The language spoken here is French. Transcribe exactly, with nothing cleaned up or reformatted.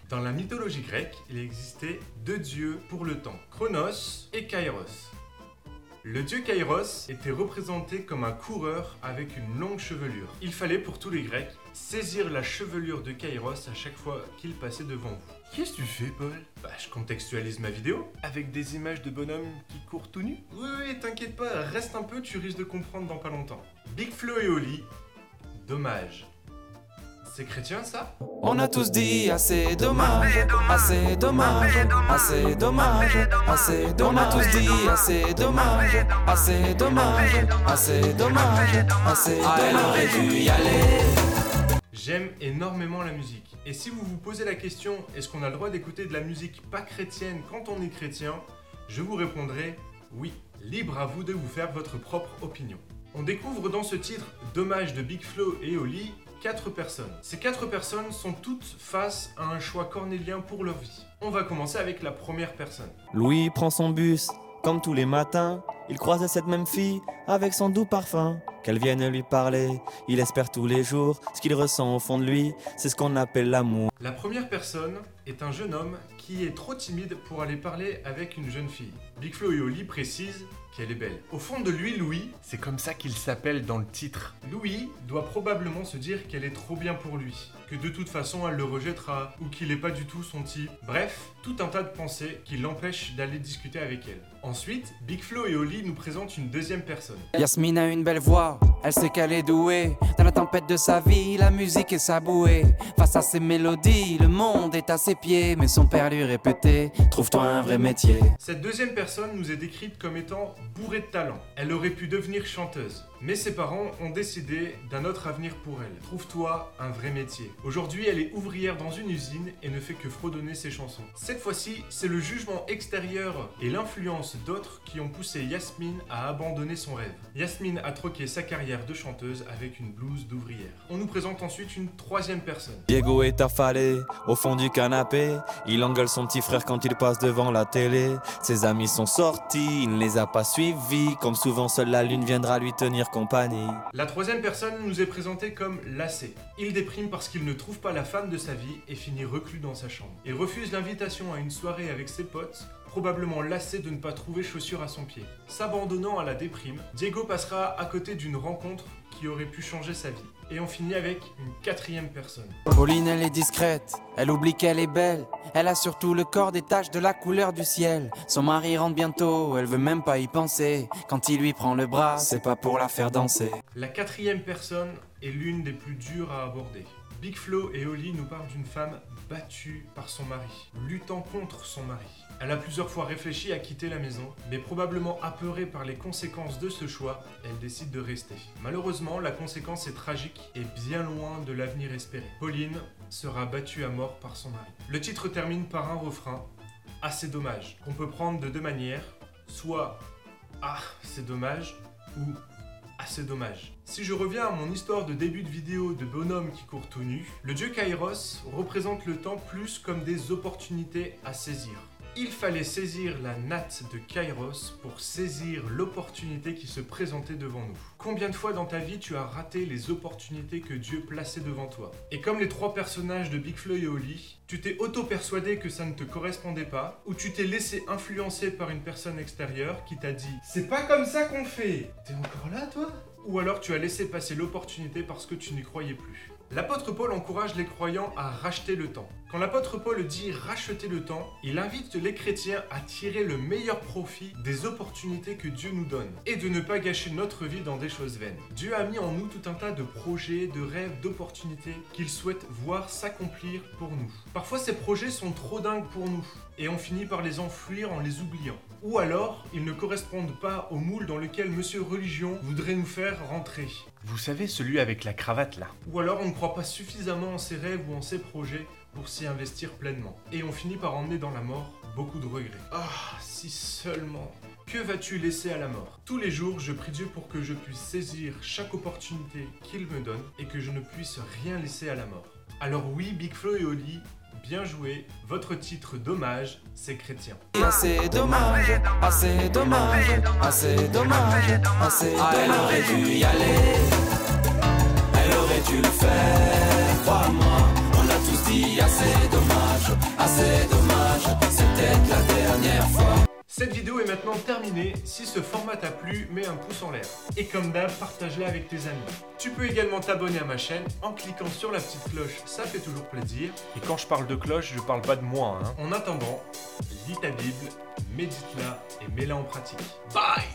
Dans la mythologie grecque, il existait deux dieux pour le temps, Chronos et Kairos. Le dieu Kairos était représenté comme un coureur avec une longue chevelure. Il fallait pour tous les Grecs saisir la chevelure de Kairos à chaque fois qu'il passait devant vous. Qu'est-ce que tu fais, Paul? Bah, je contextualise ma vidéo avec des images de bonhommes qui courent tout nus. Oui, oui, t'inquiète pas, reste un peu, tu risques de comprendre dans pas longtemps. Big Flo et Oli, dommage. C'est chrétien, ça? On a tous dit assez dommage, assez dommage, assez dommage, assez dommage. On a tous dit assez dommage, assez dommage, assez dommage, assez dommage. Elle aurait dû y aller. J'aime énormément la musique. Et si vous vous posez la question, est-ce qu'on a le droit d'écouter de la musique pas chrétienne quand on est chrétien? Je vous répondrai oui. Libre à vous de vous faire votre propre opinion. On découvre dans ce titre, Dommage de Big Flo et Oli, quatre personnes. Ces quatre personnes sont toutes face à un choix cornélien pour leur vie. On va commencer avec la première personne. Louis prend son bus, comme tous les matins. Il croise cette même fille avec son doux parfum. Qu'elle vienne lui parler, il espère tous les jours. Ce qu'il ressent au fond de lui, c'est ce qu'on appelle l'amour. La première personne est un jeune homme qui est trop timide pour aller parler avec une jeune fille. Big Flo et Oli précisent qu'elle est belle. Au fond de lui, Louis, c'est comme ça qu'il s'appelle dans le titre. Louis doit probablement se dire qu'elle est trop bien pour lui, que de toute façon elle le rejettera, ou qu'il n'est pas du tout son type. Bref, tout un tas de pensées qui l'empêchent d'aller discuter avec elle. Ensuite, Big Flo et Oli nous présentent une deuxième personne. Yasmine a une belle voix, elle sait qu'elle est douée. Dans la tempête de sa vie, la musique est sa bouée. Face à ses mélodies, le monde est à ses pieds. Mais son père lui répétait, trouve-toi un vrai métier. Cette deuxième personne nous est décrite comme étant bourrée de talent. Elle aurait pu devenir chanteuse. Mais ses parents ont décidé d'un autre avenir pour elle. Trouve-toi un vrai métier. Aujourd'hui, elle est ouvrière dans une usine et ne fait que fredonner ses chansons. Cette fois-ci, c'est le jugement extérieur et l'influence d'autres qui ont poussé Yasmine à abandonner son rêve. Yasmine a troqué sa carrière de chanteuse avec une blouse d'ouvrière. On nous présente ensuite une troisième personne. Diego est affalé au fond du canapé. Il engueule son petit frère quand il passe devant la télé. Ses amis sont sortis, il ne les a pas suivis. Comme souvent, seule la lune viendra lui tenir compagnie. La troisième personne nous est présentée comme lassé. Il déprime parce qu'il ne trouve pas la femme de sa vie et finit reclus dans sa chambre. Il refuse l'invitation à une soirée avec ses potes, probablement lassé de ne pas trouver chaussures à son pied. S'abandonnant à la déprime, Diego passera à côté d'une rencontre qui aurait pu changer sa vie. Et on finit avec une quatrième personne. Pauline, elle est discrète, elle oublie qu'elle est belle. Elle a surtout le corps des taches de la couleur du ciel. Son mari rentre bientôt, elle veut même pas y penser. Quand il lui prend le bras, c'est pas pour la faire danser. La quatrième personne est l'une des plus dures à aborder. Big Flo et Oli nous parlent d'une femme battue par son mari, luttant contre son mari. Elle a plusieurs fois réfléchi à quitter la maison, mais probablement apeurée par les conséquences de ce choix, elle décide de rester. Malheureusement, la conséquence est tragique et bien loin de l'avenir espéré. Pauline sera battue à mort par son mari. Le titre termine par un refrain, « Ah, c'est dommage », qu'on peut prendre de deux manières, soit « Ah, c'est dommage » ou « Ah, c'est dommage ». Si je reviens à mon histoire de début de vidéo de bonhomme qui court tout nu, le dieu Kairos représente le temps plus comme des opportunités à saisir. Il fallait saisir la natte de Kairos pour saisir l'opportunité qui se présentait devant nous. Combien de fois dans ta vie tu as raté les opportunités que Dieu plaçait devant toi? Et comme les trois personnages de Big Flo et Oli, tu t'es auto-persuadé que ça ne te correspondait pas, ou tu t'es laissé influencer par une personne extérieure qui t'a dit « C'est pas comme ça qu'on fait !» T'es encore là, toi? Ou alors tu as laissé passer l'opportunité parce que tu n'y croyais plus. L'apôtre Paul encourage les croyants à racheter le temps. Quand l'apôtre Paul dit racheter le temps, il invite les chrétiens à tirer le meilleur profit des opportunités que Dieu nous donne et de ne pas gâcher notre vie dans des choses vaines. Dieu a mis en nous tout un tas de projets, de rêves, d'opportunités qu'il souhaite voir s'accomplir pour nous. Parfois ces projets sont trop dingues pour nous et on finit par les enfuir en les oubliant. Ou alors, ils ne correspondent pas au moule dans lequel Monsieur Religion voudrait nous faire rentrer. Vous savez, celui avec la cravate là. Ou alors on ne croit pas suffisamment en ses rêves ou en ses projets pour s'y investir pleinement. Et on finit par emmener dans la mort beaucoup de regrets. Ah, si seulement. Que vas-tu laisser à la mort? Tous les jours, je prie Dieu pour que je puisse saisir chaque opportunité qu'il me donne et que je ne puisse rien laisser à la mort. Alors oui, Big Flo et Oli, bien joué, votre titre d'hommage, c'est chrétien. Assez dommage, assez dommage, assez dommage, assez dommage. Elle aurait dû y aller, elle aurait dû le faire, crois-moi, on a tous dit assez dommage. c'est dommage, c'est peut-être la dernière fois. Cette vidéo est maintenant terminée. Si ce format t'a plu, mets un pouce en l'air. Et comme d'hab, partage-la avec tes amis. Tu peux également t'abonner à ma chaîne en cliquant sur la petite cloche, ça fait toujours plaisir. Et quand je parle de cloche, je parle pas de moi, hein. En attendant, lis ta Bible, médite-la et mets-la en pratique. Bye!